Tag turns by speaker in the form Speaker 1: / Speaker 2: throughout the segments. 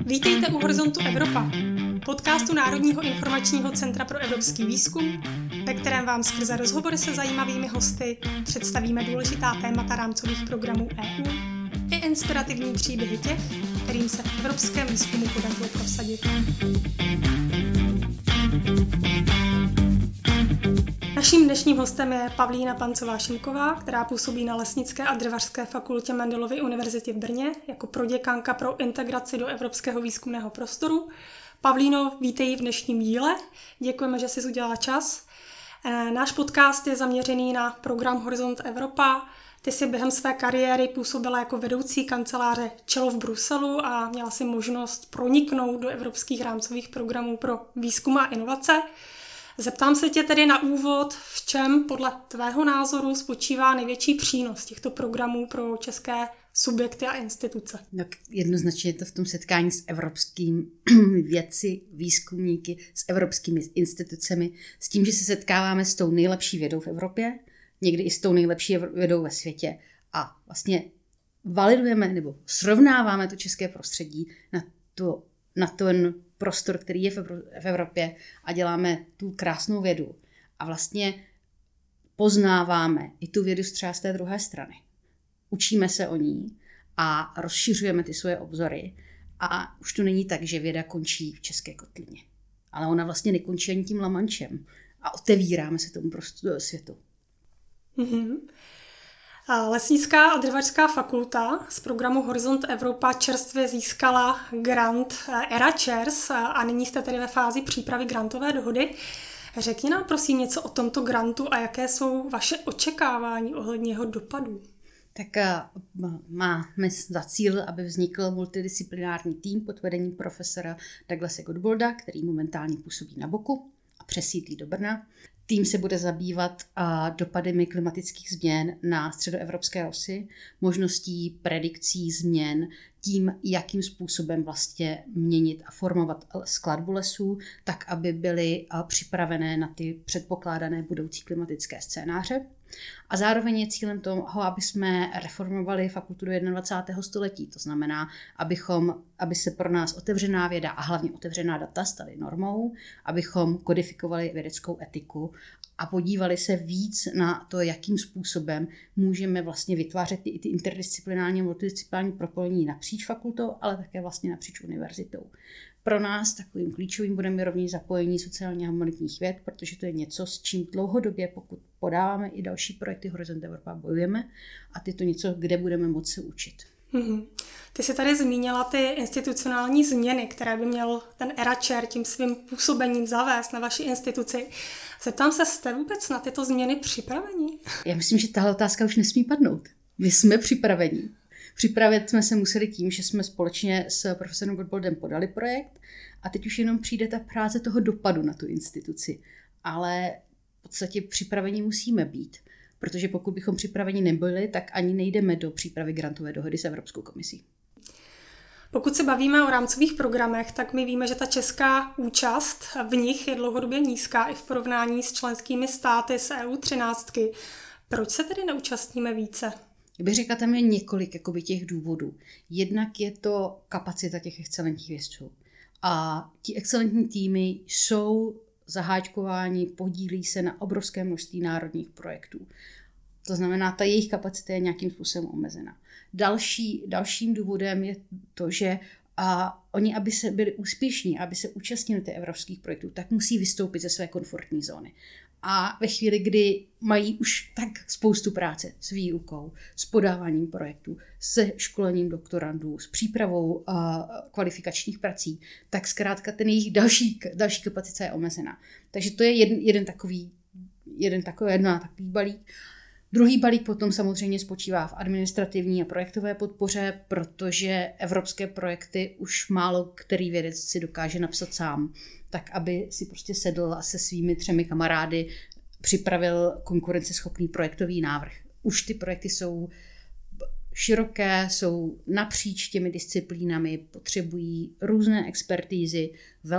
Speaker 1: Vítejte u Horizontu Evropa, podcastu Národního informačního centra pro evropský výzkum, ve kterém vám skrze rozhovory se zajímavými hosty představíme důležitá témata rámcových programů EU i inspirativní příběhy těch, kterým se v evropském výzkumu podařilo prosadit. Naším dnešním hostem je Pavlína Pancová-Šimková, která působí na Lesnické a dřevařské fakultě Mendelovy univerzity v Brně jako proděkanka pro integraci do evropského výzkumného prostoru. Pavlíno, vítej v dnešním díle. Děkujeme, že jsi udělala čas. Náš podcast je zaměřený na program Horizont Evropa. Ty jsi během své kariéry působila jako vedoucí kanceláře ČELO v Bruselu a měla si možnost proniknout do evropských rámcových programů pro výzkum a inovace. Zeptám se tě tedy na úvod, v čem podle tvého názoru spočívá největší přínos těchto programů pro české subjekty a instituce?
Speaker 2: Tak jednoznačně je to v tom setkání s evropskými vědci, výzkumníky, s evropskými institucemi, s tím, že se setkáváme s tou nejlepší vědou v Evropě, někdy i s tou nejlepší vědou ve světě a vlastně validujeme nebo srovnáváme to české prostředí na ten prostor, který je v Evropě a děláme tu krásnou vědu. A vlastně poznáváme i tu vědu třeba z té druhé strany. Učíme se o ní a rozšiřujeme ty svoje obzory. A už to není tak, že věda končí v české kotlině. Ale ona vlastně nekončí ani tím La Manchem. A otevíráme se tomu světu.
Speaker 1: Mm-hmm. Lesnická a dřevařská fakulta z programu Horizont Evropa čerstvě získala grant ERA-CHAIRS a nyní jste tedy ve fázi přípravy grantové dohody. Řekni nám prosím něco o tomto grantu a jaké jsou vaše očekávání ohledně jeho dopadů.
Speaker 2: Tak máme za cíl, aby vznikl multidisciplinární tým pod vedením profesora Douglase Gottbolda, který momentálně působí na Boku a přesídlí do Brna. Tým se bude zabývat dopady klimatických změn na středoevropské osy, možností predikcí změn, tím, jakým způsobem vlastně měnit a formovat skladbu lesů, tak, aby byly připravené na ty předpokládané budoucí klimatické scénáře. A zároveň je cílem toho, aby jsme reformovali fakultu do 21. století. To znamená, aby se pro nás otevřená věda a hlavně otevřená data staly normou, abychom kodifikovali vědeckou etiku a podívali se víc na to, jakým způsobem můžeme vlastně vytvářet ty interdisciplinární a multidisciplinární propojení napříč fakultou, ale také vlastně napříč univerzitou. Pro nás takovým klíčovým bodem je rovněž zapojení sociálně humanitních věd, protože to je něco, s čím dlouhodobě, pokud podáváme i další projekty Horizont Evropa, bojujeme a ty to něco, kde budeme moci se učit.
Speaker 1: Mm-hmm. Ty jsi tady zmínila ty institucionální změny, které by měl ten ERA-CHAIR tím svým působením zavést na vaši instituci. Zeptám se, jste vůbec na tyto změny připraveni?
Speaker 2: Já myslím, že tahle otázka už nesmí padnout. My jsme připraveni. Připravit jsme se museli tím, že jsme společně s profesorem Gottboldem podali projekt a teď už jenom přijde ta práce toho dopadu na tu instituci. Ale v podstatě připraveni musíme být, protože pokud bychom připraveni nebyli, tak ani nejdeme do přípravy grantové dohody s Evropskou komisí.
Speaker 1: Pokud se bavíme o rámcových programech, tak my víme, že ta česká účast v nich je dlouhodobě nízká i v porovnání s členskými státy z EU 13. Proč se tedy neúčastníme více?
Speaker 2: Já bych řekla, tam je několik těch důvodů. Jednak je to kapacita těch excelentních vědců. A ti excelentní týmy jsou zaháčkováni, podílí se na obrovské množství národních projektů. To znamená, ta jejich kapacita je nějakým způsobem omezena. Dalším důvodem je to, že oni, aby se byli úspěšní, aby se účastnili těch evropských projektů, tak musí vystoupit ze své komfortní zóny. A ve chvíli, kdy mají už tak spoustu práce s výukou, s podáváním projektů, se školením doktorandů, s přípravou kvalifikačních prací, tak zkrátka ten jejich další kapacita je omezená. Takže to je jeden takový balík. Druhý balík potom samozřejmě spočívá v administrativní a projektové podpoře, protože evropské projekty už málo který vědec si dokáže napsat sám, tak aby si prostě sedl a se svými 3 kamarády připravil konkurenceschopný projektový návrh. Už ty projekty jsou široké, jsou napříč těmi disciplínami, potřebují různé expertízy,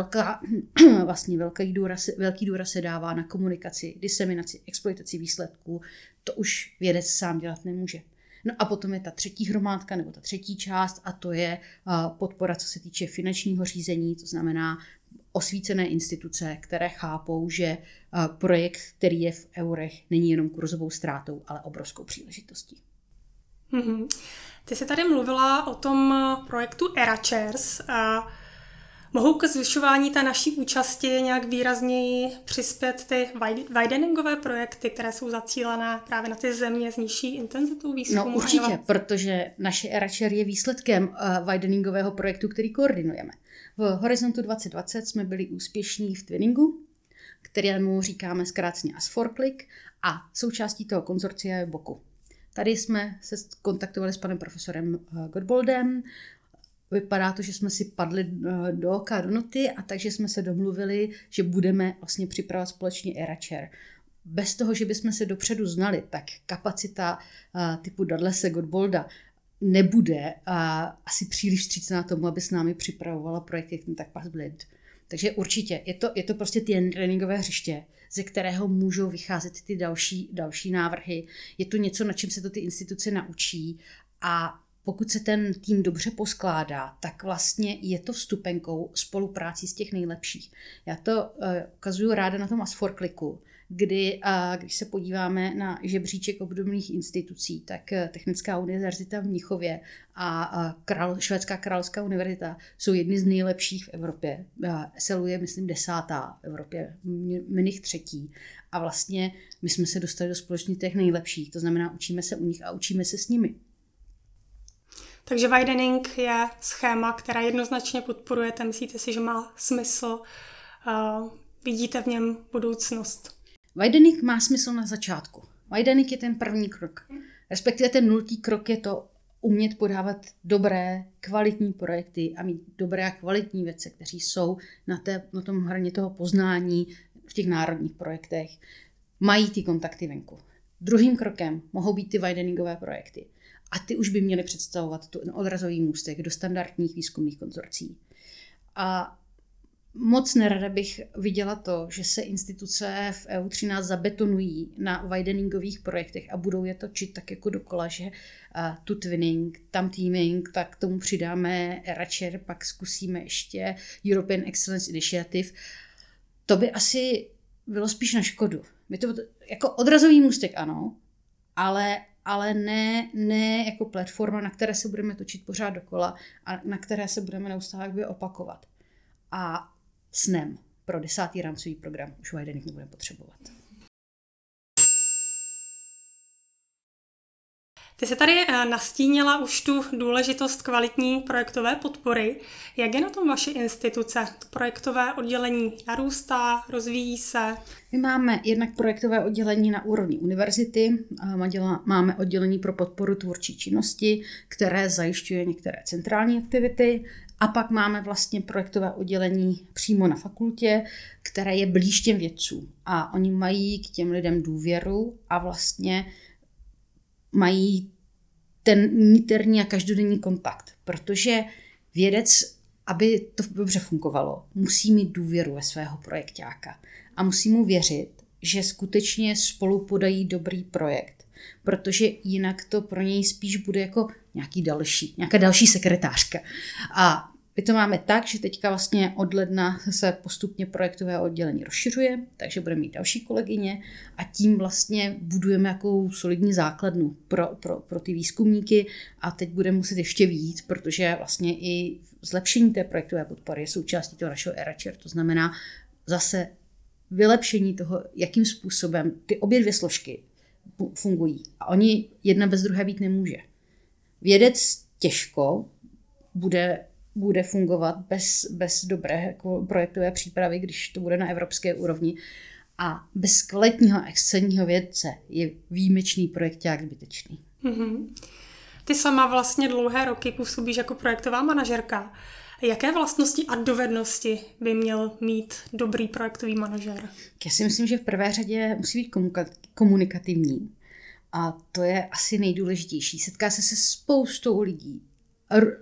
Speaker 2: velký důraz se dává na komunikaci, diseminaci, exploitaci výsledků. To už vědec sám dělat nemůže. No a potom je ta třetí hromádka nebo ta třetí část a to je podpora, co se týče finančního řízení, to znamená osvícené instituce, které chápou, že projekt, který je v eurech, není jenom kurzovou ztrátou, ale obrovskou příležitostí.
Speaker 1: Mm-hmm. Ty jsi tady mluvila o tom projektu EraChaires. Mohou ke zvyšování té naší účasti nějak výrazněji přispět ty wideningové projekty, které jsou zacílené právě na ty země s nižší intenzitou výzkumu?
Speaker 2: No určitě, protože naše EraChair je výsledkem wideningového projektu, který koordinujeme. V Horizontu 2020 jsme byli úspěšní v twinningu, kterému říkáme zkráceně AS4CLIC, a součástí toho konzorcia je BOKU. Tady jsme se kontaktovali s panem profesorem Gottboldem. Vypadá to, že jsme si padli do oka, do noty, a takže jsme se domluvili, že budeme vlastně připravovat společně EraChair. Bez toho, že bychom se dopředu znali, tak kapacita typu Douglase Gottbolda nebude asi příliš vstřícná tomu, aby s námi připravovala projekty, jak ten tak pas blid. Takže určitě, je to prostě ty tréninkové hřiště, ze kterého můžou vycházet ty další návrhy. Je to něco, na čem se to ty instituce naučí, a pokud se ten tým dobře poskládá, tak vlastně je to vstupenkou spolupráci z těch nejlepších. Já to ukazuju ráda na tom AS4CLICu, když se podíváme na žebříček obdobných institucí, tak Technická univerzita v Mnichově a Švédská královská univerzita jsou jedny z nejlepších v Evropě. SLU je, myslím, 10. v Evropě, Mnich 3. A vlastně my jsme se dostali do společných těch nejlepších, to znamená, učíme se u nich a učíme se s nimi.
Speaker 1: Takže widening je schéma, která jednoznačně podporujete. Myslíte si, že má smysl? Vidíte v něm budoucnost?
Speaker 2: Widening má smysl na začátku. Widening je ten první krok. Respektive ten 0. krok je to umět podávat dobré, kvalitní projekty a mít dobré a kvalitní vědce, kteří jsou na tom hraně toho poznání v těch národních projektech. Mají ty kontakty venku. Druhým krokem mohou být ty wideningové projekty. A ty už by měly představovat ten odrazový můstek do standardních výzkumných konzorcí. A moc nerada bych viděla to, že se instituce v EU13 zabetonují na wideningových projektech a budou je točit tak jako dokola, že tu twinning, tam teaming, tak tomu přidáme EraChair, pak zkusíme ještě European Excellence Initiative. To by asi bylo spíš na škodu. My to jako odrazový můstek ano, ale ne jako platforma, na které se budeme točit pořád dokola a na které se budeme neustále opakovat. A snem pro 10. rámcový program už widening nebudeme potřebovat.
Speaker 1: Ty jsi tady nastínila už tu důležitost kvalitní projektové podpory. Jak je na tom vaše instituce? To projektové oddělení narůstá, rozvíjí se?
Speaker 2: My máme jednak projektové oddělení na úrovni univerzity, máme oddělení pro podporu tvůrčí činnosti, které zajišťuje některé centrální aktivity, a pak máme vlastně projektové oddělení přímo na fakultě, které je blíž těm vědcům. A oni mají k těm lidem důvěru a vlastně mají ten niterní a každodenní kontakt, protože vědec, aby to dobře fungovalo, musí mít důvěru ve svého projekťáka a musí mu věřit, že skutečně spolu podají dobrý projekt, protože jinak to pro něj spíš bude jako nějaká další sekretářka. A my to máme tak, že teďka vlastně od ledna se postupně projektové oddělení rozšiřuje, takže budeme mít další kolegyně a tím vlastně budujeme jakou solidní základnu pro ty výzkumníky a teď budeme muset ještě víc, protože vlastně i zlepšení té projektové podpory je součástí toho našeho EraChair, to znamená zase vylepšení toho, jakým způsobem ty obě dvě složky fungují. A oni jedna bez druhé být nemůže. Vědec těžko bude fungovat bez dobré projektové přípravy, když to bude na evropské úrovni. A bez kvalitního a excelentního vědce je výjimečný projekták zbytečný.
Speaker 1: Mm-hmm. Ty sama vlastně dlouhé roky působíš jako projektová manažerka. Jaké vlastnosti a dovednosti by měl mít dobrý projektový manažer?
Speaker 2: Já si myslím, že v prvé řadě musí být komunikativní. A to je asi nejdůležitější. Setká se spoustou lidí.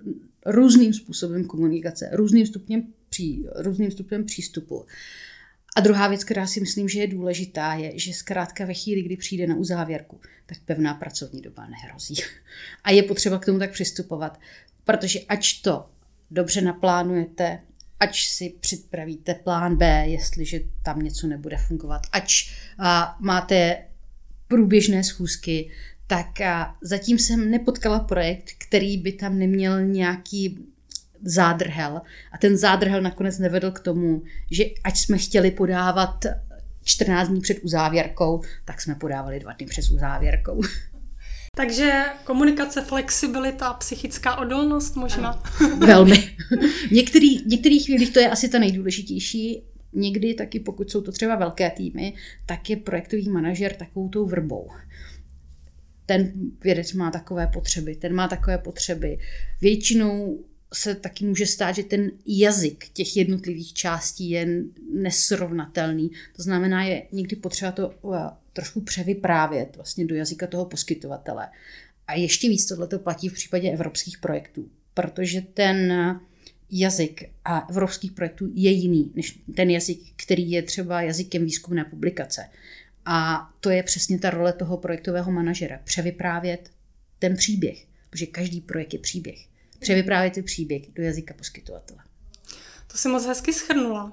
Speaker 2: Různým způsobem komunikace, různým stupněm přístupu. A druhá věc, která si myslím, že je důležitá, je, že zkrátka ve chvíli, kdy přijde na uzávěrku, tak pevná pracovní doba nehrozí. A je potřeba k tomu tak přistupovat, protože ač to dobře naplánujete, ač si připravíte plán B, jestliže tam něco nebude fungovat, ač máte průběžné schůzky, tak zatím jsem nepotkala projekt, který by tam neměl nějaký zádrhel. A ten zádrhel nakonec nevedl k tomu, že ať jsme chtěli podávat 14 dní před uzávěrkou, tak jsme podávali 2 dny před uzávěrkou.
Speaker 1: Takže komunikace, flexibilita, psychická odolnost možná.
Speaker 2: Velmi. V některých chvílích to je asi ta nejdůležitější. Někdy taky, pokud jsou to třeba velké týmy, tak je projektový manažer takovou tou vrbou. Ten vědec má takové potřeby, Většinou se taky může stát, že ten jazyk těch jednotlivých částí je nesrovnatelný. To znamená, je někdy potřeba to trošku převyprávět vlastně do jazyka toho poskytovatele. A ještě víc tohleto platí v případě evropských projektů, protože ten jazyk a evropských projektů je jiný než ten jazyk, který je třeba jazykem výzkumné publikace. A to je přesně ta role toho projektového manažera. Převyprávět ten příběh, protože každý projekt je příběh. Převyprávět ten příběh do jazyka poskytovatele.
Speaker 1: To si moc hezky shrnula.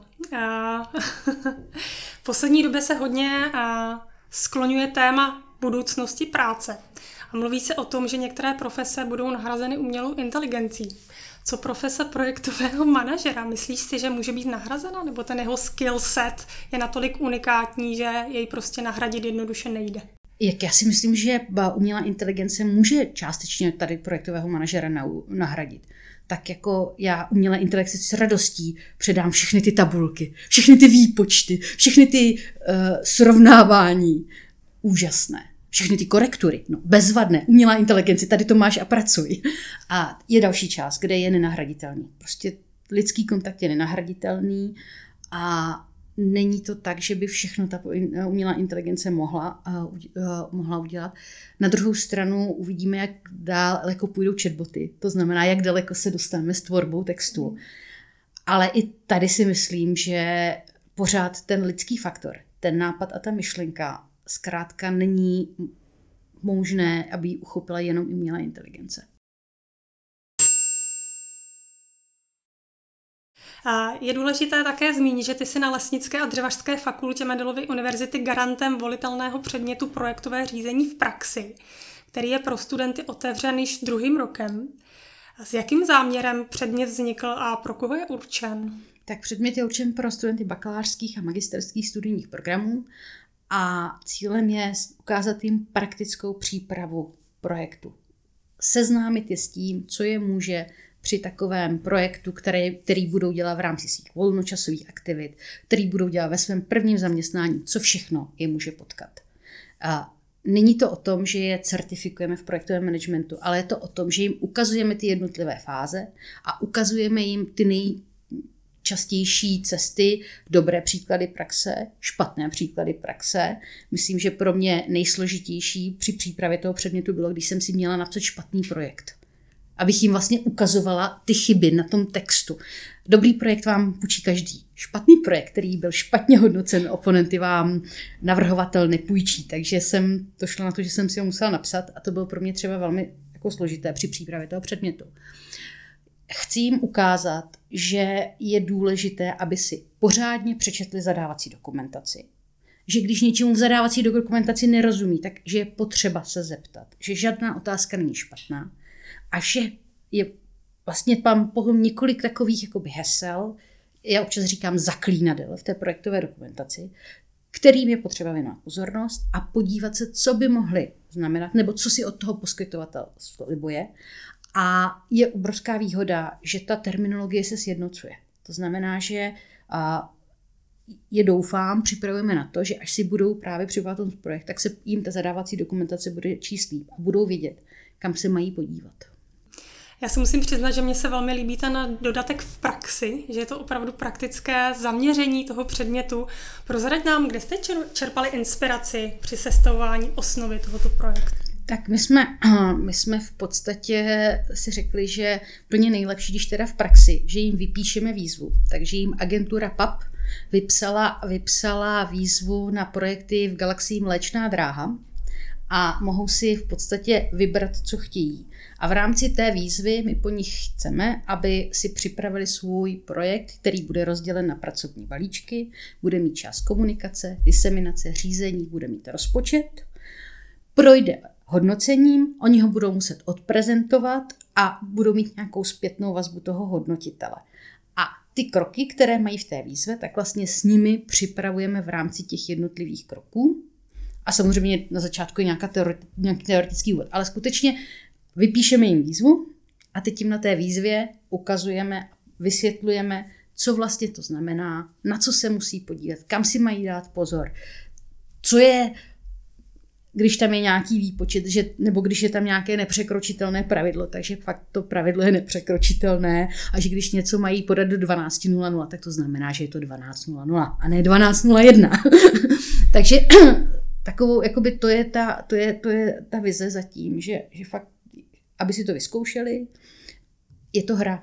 Speaker 1: V poslední době se hodně skloňuje téma budoucnosti práce. A mluví se o tom, že některé profese budou nahrazeny umělou inteligencí. Co profese projektového manažera? Myslíš si, že může být nahrazena? Nebo ten jeho skill set je natolik unikátní, že jej prostě nahradit jednoduše nejde?
Speaker 2: Já si myslím, že umělá inteligence může částečně tady projektového manažera nahradit. Tak jako já umělé inteligence s radostí předám všechny ty tabulky, všechny ty výpočty, všechny ty srovnávání. Úžasné. Všechny ty korektury. No, bezvadné. Umělá inteligence, tady to máš a pracuj. A je další část, kde je nenahraditelný. Prostě lidský kontakt je nenahraditelný a není to tak, že by všechno ta umělá inteligence mohla udělat. Na druhou stranu uvidíme, jak daleko půjdou chatboty. To znamená, jak daleko se dostaneme s tvorbou textu. Ale i tady si myslím, že pořád ten lidský faktor, ten nápad a ta myšlenka zkrátka není možné, aby ji uchopila jenom umělá inteligence.
Speaker 1: Je důležité také zmínit, že ty jsi na Lesnické a dřevařské fakultě Mendelovy univerzity garantem volitelného předmětu projektové řízení v praxi, který je pro studenty otevřen již 2. rokem. S jakým záměrem předmět vznikl a pro koho je určen?
Speaker 2: Tak předmět je určen pro studenty bakalářských a magisterských studijních programů a cílem je ukázat jim praktickou přípravu projektu. Seznámit je s tím, co je může při takovém projektu, který budou dělat v rámci svých volnočasových aktivit, který budou dělat ve svém prvním zaměstnání, co všechno je může potkat. A není to o tom, že je certifikujeme v projektovém managementu, ale je to o tom, že jim ukazujeme ty jednotlivé fáze a ukazujeme jim ty nejčastější cesty, dobré příklady praxe, špatné příklady praxe. Myslím, že pro mě nejsložitější při přípravě toho předmětu bylo, když jsem si měla napsat špatný projekt. Abych jim vlastně ukazovala ty chyby na tom textu. Dobrý projekt vám půjčí každý. Špatný projekt, který byl špatně hodnocen, oponenty vám navrhovatel nepůjčí. Takže jsem došla na to, že jsem si ho musela napsat a to bylo pro mě třeba velmi jako složité při přípravě toho předmětu. Chci jim ukázat, že je důležité, aby si pořádně přečetli zadávací dokumentaci. Že když něčemu v zadávací dokumentaci nerozumí, takže je potřeba se zeptat. Že žádná otázka není špatná. A že je vlastně tam potom několik takových jakoby hesel, já občas říkám zaklínadel v té projektové dokumentaci, kterým je potřeba věnovat pozornost a podívat se, co by mohly znamenat, nebo co si od toho poskytovatel slibuje. A je obrovská výhoda, že ta terminologie se sjednocuje. To znamená, že je doufám, připravujeme na to, že až si budou právě připravovat ten projekt, tak se jim ta zadávací dokumentace bude číst líp a budou vědět, kam se mají podívat.
Speaker 1: Já se musím přiznat, že mně se velmi líbí ten dodatek v praxi, že je to opravdu praktické zaměření toho předmětu. Prozrať nám, kde jste čerpali inspiraci při sestavování osnovy tohoto projektu?
Speaker 2: Tak my jsme v podstatě si řekli, že plně nejlepší, když teda v praxi, že jim vypíšeme výzvu, takže jim agentura PAP vypsala výzvu na projekty v galaxii Mléčná dráha a mohou si v podstatě vybrat, co chtějí. A v rámci té výzvy my po nich chceme, aby si připravili svůj projekt, který bude rozdělen na pracovní balíčky, bude mít část komunikace, diseminace, řízení, bude mít rozpočet, projde hodnocením, oni ho budou muset odprezentovat a budou mít nějakou zpětnou vazbu toho hodnotitele. A ty kroky, které mají v té výzve, tak vlastně s nimi připravujeme v rámci těch jednotlivých kroků. A samozřejmě na začátku je nějaký teoretický úvod, ale skutečně vypíšeme jim výzvu a teď jim na té výzvě ukazujeme, vysvětlujeme, co vlastně to znamená, na co se musí podívat, kam si mají dát pozor, co je, když tam je nějaký výpočet, nebo když je tam nějaké nepřekročitelné pravidlo, takže fakt to pravidlo je nepřekročitelné a že když něco mají podat do 12.00, tak to znamená, že je to 12.00 a ne 12.01. Takže takovou, jakoby to je ta vize zatím, že fakt, aby si to vyzkoušeli, je to hra.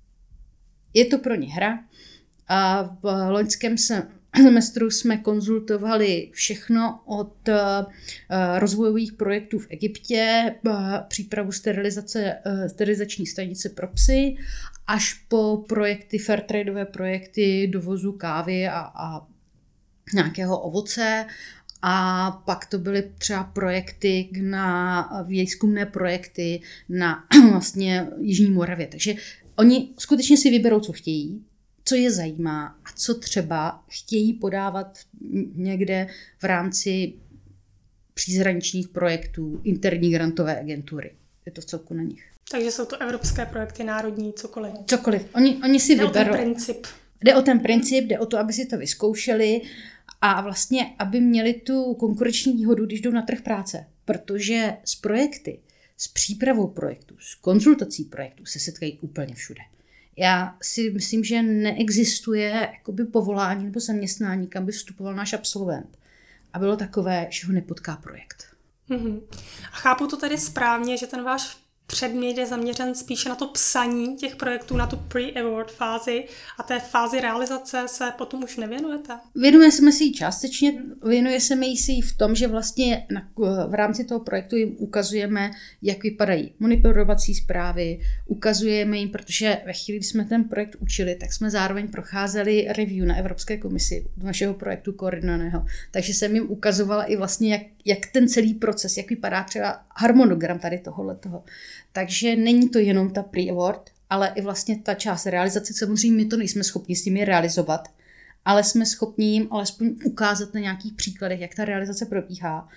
Speaker 2: Je to pro ně hra a v loňském semestru jsme konzultovali všechno od rozvojových projektů v Egyptě, přípravu sterilizační stanice pro psy, až po projekty, fairtradeové projekty dovozu kávy a nějakého ovoce. A pak to byly třeba projekty výzkumné projekty na vlastně Jižní Moravě. Takže oni skutečně si vyberou, co chtějí, co je zajímá a co třeba chtějí podávat někde v rámci příshraničních projektů interní grantové agentury. Je to vcelku na nich.
Speaker 1: Takže jsou to evropské projekty, národní, cokoliv.
Speaker 2: Cokoliv. Oni si vyberou.
Speaker 1: Jde o ten princip.
Speaker 2: Jde o ten princip, jde o to, aby si to vyzkoušeli a vlastně, aby měli tu konkurenční výhodu, když jdou na trh práce. Protože s projekty, s přípravou projektů, s konzultací projektů se setkají úplně všude. Já si myslím, že neexistuje jakoby povolání nebo zaměstnání, kam by vstupoval náš absolvent. A bylo takové, že ho nepotká projekt.
Speaker 1: Mm-hmm. A chápu to tedy správně, že ten váš předmět je zaměřen spíše na to psaní těch projektů, na tu pre-award fázi a té fázi realizace se potom už nevěnujete?
Speaker 2: Věnujeme se jí částečně, věnujeme si jí v tom, že vlastně v rámci toho projektu jim ukazujeme, jak vypadají monitorovací zprávy, ukazujeme jim, protože ve chvíli, kdy jsme ten projekt učili, tak jsme zároveň procházeli review na Evropské komisi našeho projektu koordinovaného. Takže jsem jim ukazovala i vlastně, jak ten celý proces, jak vypadá třeba harmonogram tady tohohletoho. Takže není to jenom ta pre-award, ale i vlastně ta část realizace. Samozřejmě my to nejsme schopni s nimi realizovat, ale jsme schopni jim alespoň ukázat na nějakých příkladech, jak ta realizace probíhá.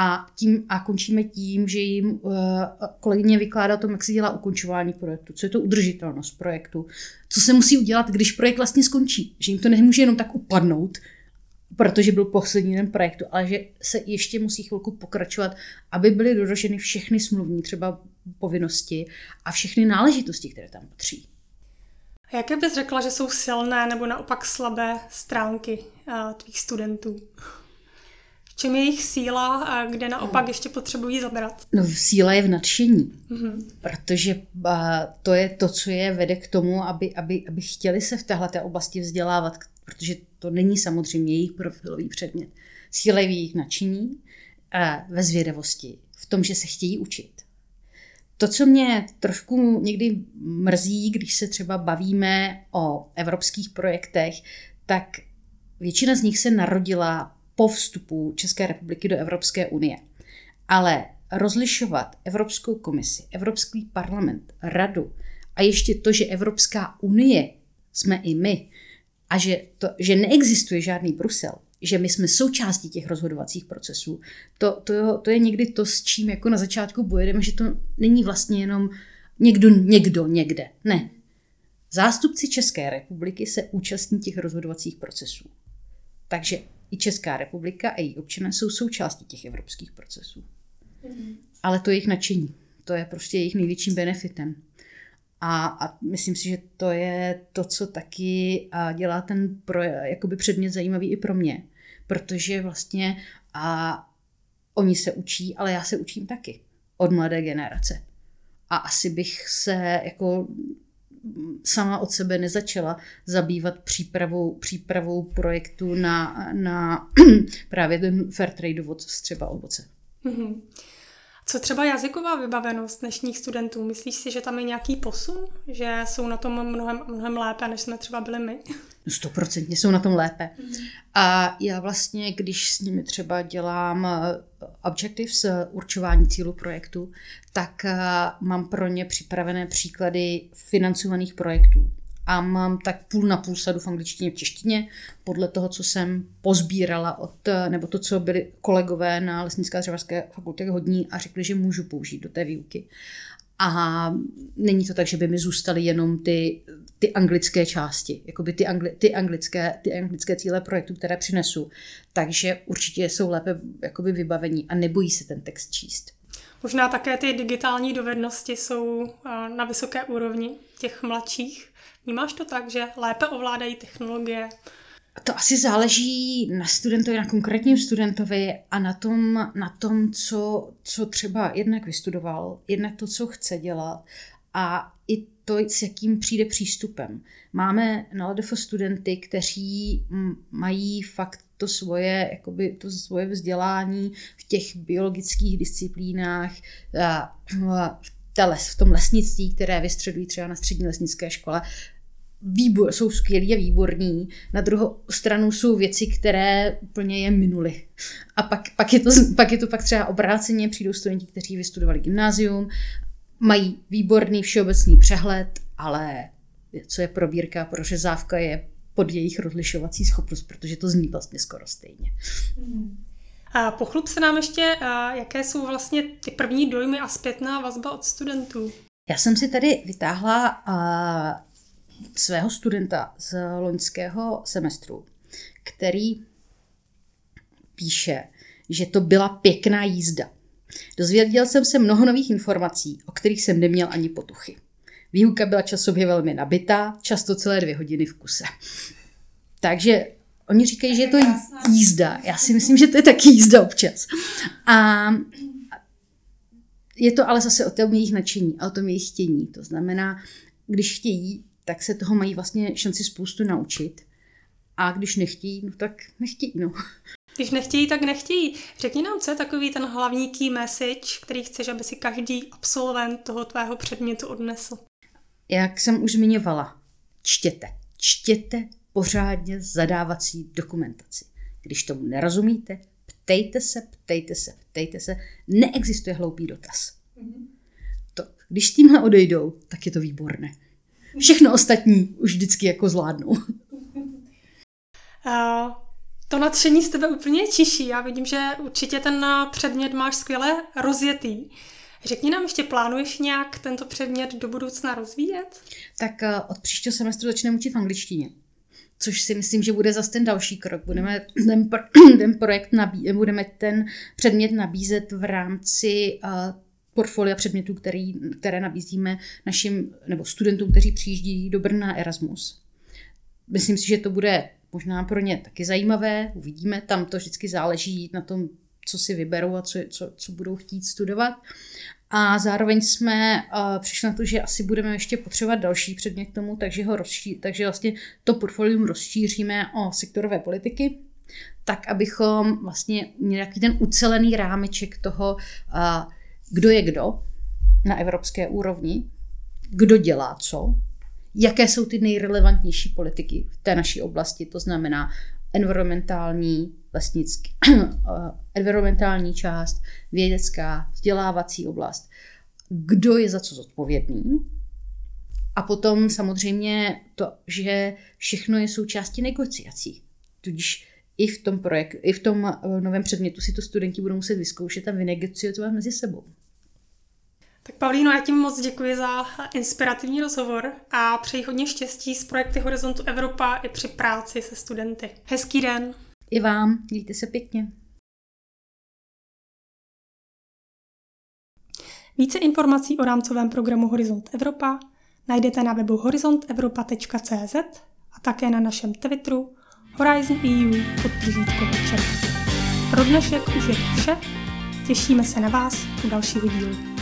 Speaker 2: A končíme tím, že jim kolegyně vykládá o tom, jak se dělá ukončování projektu, co je to udržitelnost projektu, co se musí udělat, když projekt vlastně skončí. Že jim to nemůže jenom tak upadnout, protože byl poslední den projektu, ale že se ještě musí chvilku pokračovat, aby byly dodrženy všechny smluvní třeba povinnosti a všechny náležitosti, které tam patří.
Speaker 1: A jaké bys řekla, že jsou silné nebo naopak slabé stránky tvých studentů? V čem je jejich síla a kde naopak ještě potřebují zabrat?
Speaker 2: No, síla je v nadšení, protože to je to, co je vede k tomu, aby chtěli se v téhleté oblasti vzdělávat, protože to není samozřejmě jejich profilový předmět. Síla je v jejich nadšení, ve zvědavosti, v tom, že se chtějí učit. To, co mě trošku někdy mrzí, když se třeba bavíme o evropských projektech, tak většina z nich se narodila po vstupu České republiky do Evropské unie. Ale rozlišovat Evropskou komisi, Evropský parlament, radu a ještě to, že Evropská unie jsme i my a že neexistuje žádný Brusel, že my jsme součástí těch rozhodovacích procesů, to je někdy to, s čím jako na začátku bojujeme, že to není vlastně jenom někdo někde. Ne. Zástupci České republiky se účastní těch rozhodovacích procesů. Takže i Česká republika a její občané jsou součástí těch evropských procesů. Ale to je jejich nadšení. To je prostě jejich největším benefitem. A myslím si, že to je to, co taky dělá ten jakoby předmět zajímavý i pro mě. Protože vlastně oni se učí, ale já se učím taky od mladé generace. A asi bych se jako sama od sebe nezačala zabývat přípravou projektu na právě ten Fairtrade ovoc, třeba ovoce.
Speaker 1: Mm-hmm. Co třeba jazyková vybavenost dnešních studentů? Myslíš si, že tam je nějaký posun? Že jsou na tom mnohem lépe, než jsme třeba byli my?
Speaker 2: 100% jsou na tom lépe. A já vlastně, když s nimi třeba dělám objectives, určování cílu projektu, tak mám pro ně připravené příklady financovaných projektů. A mám tak půl na půl sadu v angličtině, v češtině, podle toho, co jsem pozbírala nebo to, co byli kolegové na Lesnické a dřevařské fakultě hodní a řekli, že můžu použít do té výuky. A není to tak, že by mi zůstaly jenom ty anglické části, jakoby ty anglické cíle projektu, které přinesu. Takže určitě jsou lépe jakoby vybavení a nebojí se ten text číst.
Speaker 1: Možná také ty digitální dovednosti jsou na vysoké úrovni těch mladších. Vnímáš to tak, že lépe ovládají technologie?
Speaker 2: To asi záleží na studentovi, na konkrétním studentovi a na tom, co třeba jednak vystudoval, jednak to, co chce dělat a i to, s jakým přijde přístupem. Máme na LDF studenty, kteří mají fakt to svoje vzdělání v těch biologických disciplínách, v tom lesnictví, které vystředují třeba na střední lesnické škole, jsou skvělí a výborní. Na druhou stranu jsou věci, které úplně je minuly. A pak je to třeba obráceně, přijdou studenti, kteří vystudovali gymnázium, mají výborný všeobecný přehled, ale co je probírka, prořezávka je pod jejich rozlišovací schopnost, protože to zní vlastně skoro stejně.
Speaker 1: A pochlup se nám ještě, jaké jsou vlastně ty první dojmy a zpětná vazba od studentů.
Speaker 2: Já jsem si tady vytáhla svého studenta z loňského semestru, který píše, že to byla pěkná jízda. Dozvěděl jsem se mnoho nových informací, o kterých jsem neměl ani potuchy. Výuka byla časově velmi nabitá, často celé 2 hodiny v kuse. Takže oni říkají, že je to jízda. Já si myslím, že to je taky jízda občas. A je to ale zase o tom jejich nadšení a o tom jejich chtění. To znamená, když chtějí, tak se toho mají vlastně šanci spoustu naučit. A když nechtějí, no tak nechtějí. No.
Speaker 1: Když nechtějí, tak nechtějí. Řekni nám, co je takový ten hlavní key message, který chceš, aby si každý absolvent toho tvého předmětu odnesl.
Speaker 2: Jak jsem už zmiňovala, čtěte. Čtěte pořádně zadávací dokumentaci. Když tomu nerozumíte, ptejte se. Neexistuje hloupý dotaz. Když s tímhle odejdou, tak je to výborné. Všechno ostatní už vždycky jako zvládnou.
Speaker 1: To nadšení z tebe úplně čiší. Já vidím, že určitě ten předmět máš skvěle rozjetý. Řekni nám ještě, plánuješ nějak tento předmět do budoucna rozvíjet?
Speaker 2: Tak od příštího semestru začneme učit v angličtině. Což si myslím, že bude zase ten další krok. Budeme ten předmět nabízet v rámci portfolia předmětů, které nabízíme našim nebo studentům, kteří přijíždí do Brna na Erasmus. Myslím si, že to bude možná pro ně taky zajímavé. Uvidíme, tam to vždycky záleží na tom, co si vyberou a co budou chtít studovat. A zároveň jsme přišli na to, že asi budeme ještě potřebovat další předmět k tomu, takže vlastně to portfolium rozšíříme o sektorové politiky, tak abychom vlastně měli takový ten ucelený rámeček toho, kdo je kdo na evropské úrovni, kdo dělá co, jaké jsou ty nejrelevantnější politiky v té naší oblasti, to znamená environmentální část, vědecká, vzdělávací oblast, kdo je za co zodpovědný. A potom samozřejmě to, že všechno je součástí negociací. Tudíž i v tom novém předmětu si to studenti budou muset vyzkoušet a vynegociovat mezi sebou.
Speaker 1: Tak Pavlíno, já ti moc děkuji za inspirativní rozhovor a přeji hodně štěstí s projekty Horizontu Evropa i při práci se studenty. Hezký den.
Speaker 2: I vám, mějte se pěkně.
Speaker 1: Více informací o rámcovém programu Horizont Evropa najdete na webu horizontevropa.cz a také na našem Twitteru HorizonEU_. Pro dnešek už je to vše. Těšíme se na vás u dalšího dílu.